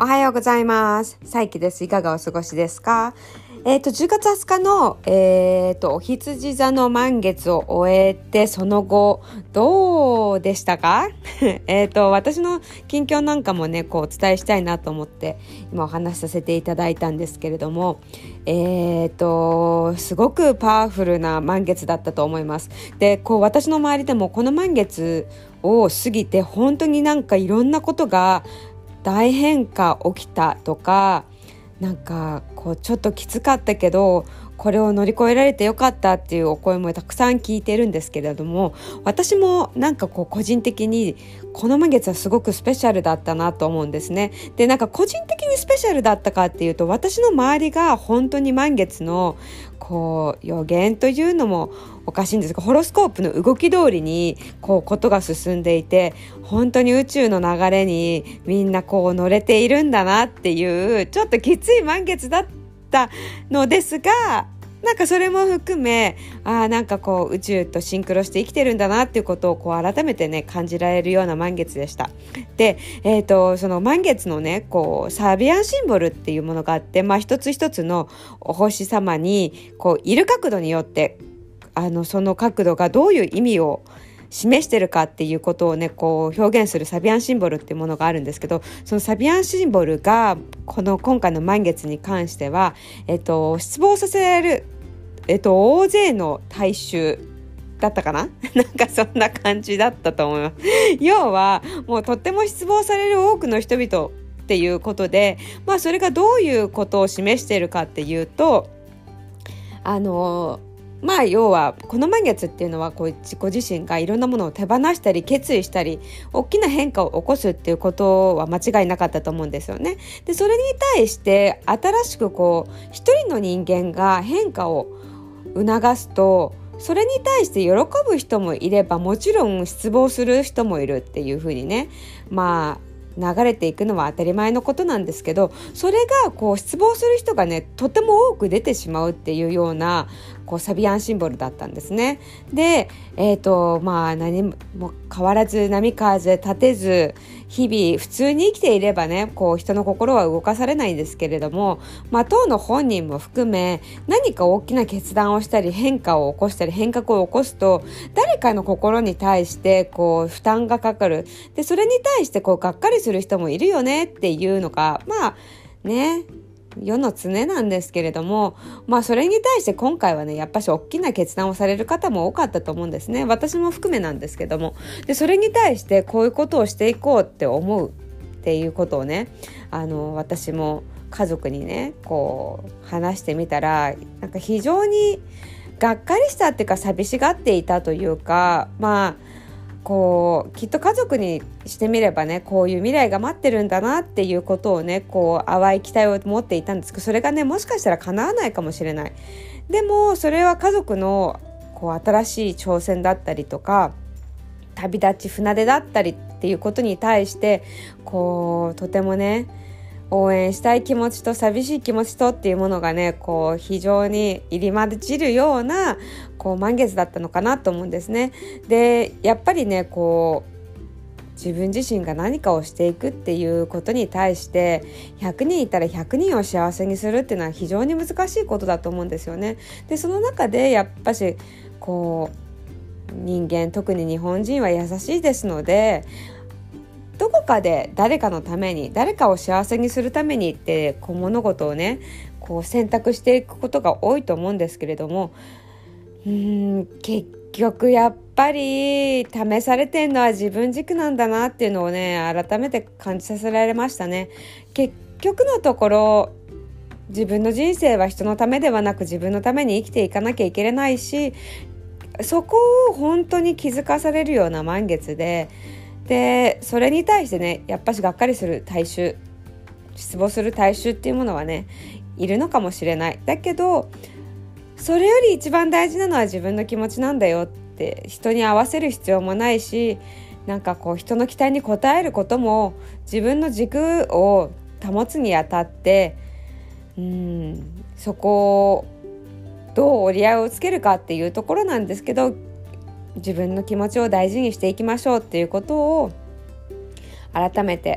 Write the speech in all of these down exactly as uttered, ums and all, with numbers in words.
おはようございます。さいきです。いかがお過ごしですか？えっ、ー、とじゅうがつはつかの、えー、とお羊座の満月を終えて、その後どうでしたか？えっと私の近況なんかもねこうお伝えしたいなと思って今お話しさせていただいたんですけれども、えっ、ー、とすごくパワフルな満月だったと思います。でこう私の周りでもこの満月を過ぎて本当になんかいろんなことが大変化起きたとか、なんかこうちょっときつかったけどこれを乗り越えられてよかったっていうお声もたくさん聞いてるんですけれども、私もなんかこう個人的にこの満月はすごくスペシャルだったなと思うんですね。でなんか個人的にスペシャルだったかっていうと、私の周りが本当に満月のこう予言というのもおかしいんですが、ホロスコープの動き通りにこうことが進んでいて、本当に宇宙の流れにみんなこう乗れているんだなっていうちょっときつい満月だったのですが、なんかそれも含めあなんかこう宇宙とシンクロして生きてるんだなっていうことをこう改めてね感じられるような満月でした。で、えーと、その満月のねこうサビアンシンボルっていうものがあって、まあ、一つ一つのお星様にこういる角度によってあのその角度がどういう意味を示してるかっていうことをねこう表現するサビアンシンボルっていうものがあるんですけど、そのサビアンシンボルがこの今回の満月に関しては、えっと、失望させられる、えっと、大勢の大衆だったかななんかそんな感じだったと思います。要はもうとっても失望される多くの人々っていうことで、まあそれがどういうことを示しているかっていうと、あのまあ要はこの満月っていうのはこう自己自身がいろんなものを手放したり決意したり大きな変化を起こすっていうことは間違いなかったと思うんですよね。でそれに対して新しくこう一人の人間が変化を促すと、それに対して喜ぶ人もいればもちろん失望する人もいるっていう風にね、まあ流れていくのは当たり前のことなんですけど、それがこう失望する人がねとても多く出てしまうっていうようなこうサビアンシンボルだったんですね。で、えーとまあ、何も変わらず波風立てず日々普通に生きていればねこう人の心は動かされないんですけれども、まあ、当の本人も含め何か大きな決断をしたり変化を起こしたり変革を起こすと誰かの心に対してこう負担がかかる。でそれに対してこうがっかりする人もいるよねっていうのがまあね世の常なんですけれども、まあそれに対して今回はねやっぱし大きな決断をされる方も多かったと思うんですね。私も含めなんですけども、でそれに対してこういうことをしていこうって思うっていうことをねあの私も家族にねこう話してみたら、なんか非常にがっかりしたっていうか寂しがっていたというか、まあこうきっと家族にしてみればねこういう未来が待ってるんだなっていうことをねこう淡い期待を持っていたんですけど、それがねもしかしたら叶わないかもしれない。でもそれは家族のこう新しい挑戦だったりとか旅立ち船出だったりっていうことに対してこうとてもね応援したい気持ちと寂しい気持ちとっていうものがねこう非常に入り混じるようなこう満月だったのかなと思うんですね。でやっぱりねこう自分自身が何かをしていくっていうことに対してひゃくにんいたらひゃくにんを幸せにするっていうのは非常に難しいことだと思うんですよね。でその中でやっぱしこう人間特に日本人は優しいですので、どこかで誰かのために誰かを幸せにするためにってこう物事をねこう選択していくことが多いと思うんですけれども、うーん結局やっぱり試されてるのは自分軸なんだなっていうのをね改めて感じさせられましたね。結局のところ自分の人生は人のためではなく自分のために生きていかなきゃいけないし、そこを本当に気づかされるような満月で、でそれに対してねやっぱしがっかりする大衆失望する大衆っていうものはねいるのかもしれない。だけどそれより一番大事なのは自分の気持ちなんだよって、人に合わせる必要もないし、なんかこう人の期待に応えることも自分の軸を保つにあたってうーんそこをどう折り合いをつけるかっていうところなんですけど、自分の気持ちを大事にしていきましょうっていうことを改めて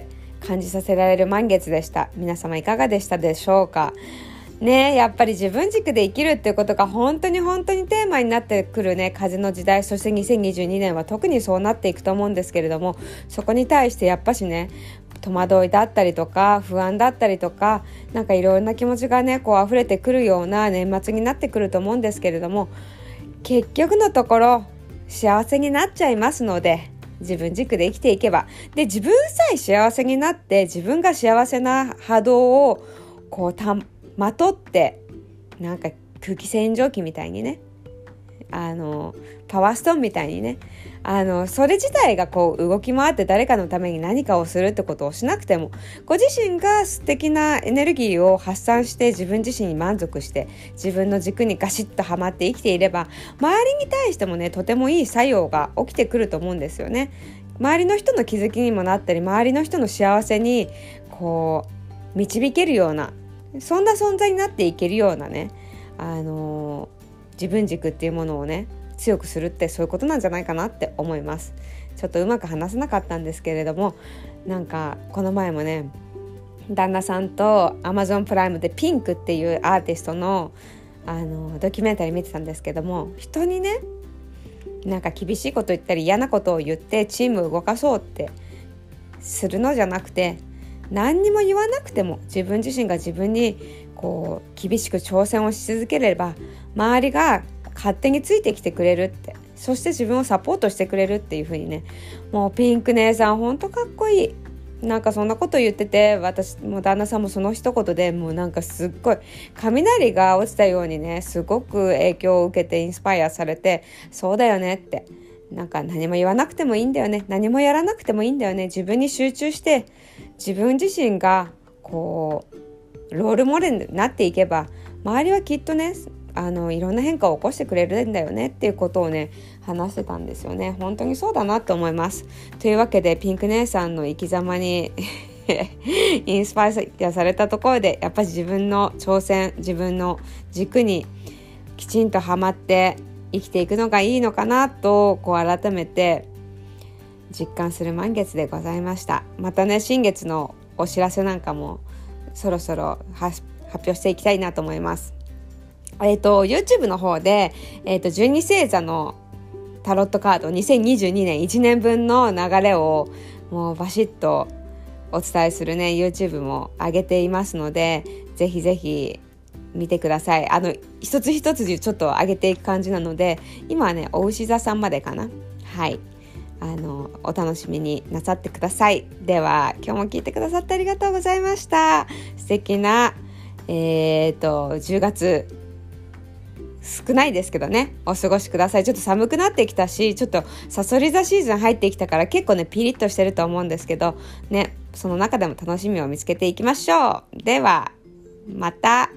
感じさせられる満月でした。皆様いかがでしたでしょうかね。やっぱり自分軸で生きるっていうことが本当に本当にテーマになってくるね、風の時代、そしてにせんにじゅうにねんは特にそうなっていくと思うんですけれども、そこに対してやっぱしね、戸惑いだったりとか不安だったりとか、なんかいろんな気持ちがねこう溢れてくるような年末になってくると思うんですけれども、結局のところ幸せになっちゃいますので、自分軸で生きていけば、で自分さえ幸せになって自分が幸せな波動をこうたまとって、なんか空気清浄機みたいにね、あのパワーストーンみたいにね、あのそれ自体がこう動き回って誰かのために何かをするってことをしなくても、ご自身が素敵なエネルギーを発散して自分自身に満足して自分の軸にガシッとはまって生きていれば、周りに対してもねとてもいい作用が起きてくると思うんですよね。周りの人の気づきにもなったり、周りの人の幸せにこう導けるような、そんな存在になっていけるようなね、あの自分軸っていうものをね強くするってそういうことなんじゃないかなって思います。ちょっとうまく話せなかったんですけれども、なんかこの前もね旦那さんと Amazon プライムでピンクっていうアーティストのあのドキュメンタリー見てたんですけども、人にねなんか厳しいこと言ったり嫌なことを言ってチームを動かそうってするのじゃなくて、何にも言わなくても自分自身が自分にこう厳しく挑戦をし続ければ、周りが勝手についてきてくれるって、そして自分をサポートしてくれるっていう風にね、もうピンク姉さんほんとかっこいい。なんかそんなこと言ってて、私も旦那さんもその一言でもうなんかすっごい雷が落ちたようにね、すごく影響を受けてインスパイアされて、そうだよねって、なんか何も言わなくてもいいんだよね、何もやらなくてもいいんだよね、自分に集中して自分自身がこうロールモデルになっていけば、周りはきっとねあのいろんな変化を起こしてくれるんだよねっていうことをね話してたんですよね。本当にそうだなと思います。というわけでピンク姉さんの生き様にインスパイアされたところで、やっぱり自分の挑戦、自分の軸にきちんとはまって生きていくのがいいのかなとこう改めて実感する満月でございました。またね新月のお知らせなんかもそろそろ発表していきたいなと思います。えっと YouTube の方で、えっとじゅうに星座のタロットカードにせんにじゅうにねんいちねんぶんの流れをもうバシッとお伝えするね YouTube も上げていますので、ぜひぜひ見てください。あの一つ一つちょっと上げていく感じなので、今はねお牛座さんまでかな。はい、あのお楽しみになさってください。では今日も聞いてくださってありがとうございました。素敵なえっとじゅうがつ少ないですけどねお過ごしください。ちょっと寒くなってきたし、ちょっとサソリ座シーズン入ってきたから結構ねピリッとしてると思うんですけどね、その中でも楽しみを見つけていきましょう。ではまた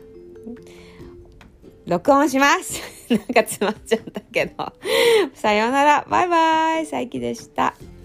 録音しますなんか詰まっちゃったけどさようなら、バイバイ、さいきでした。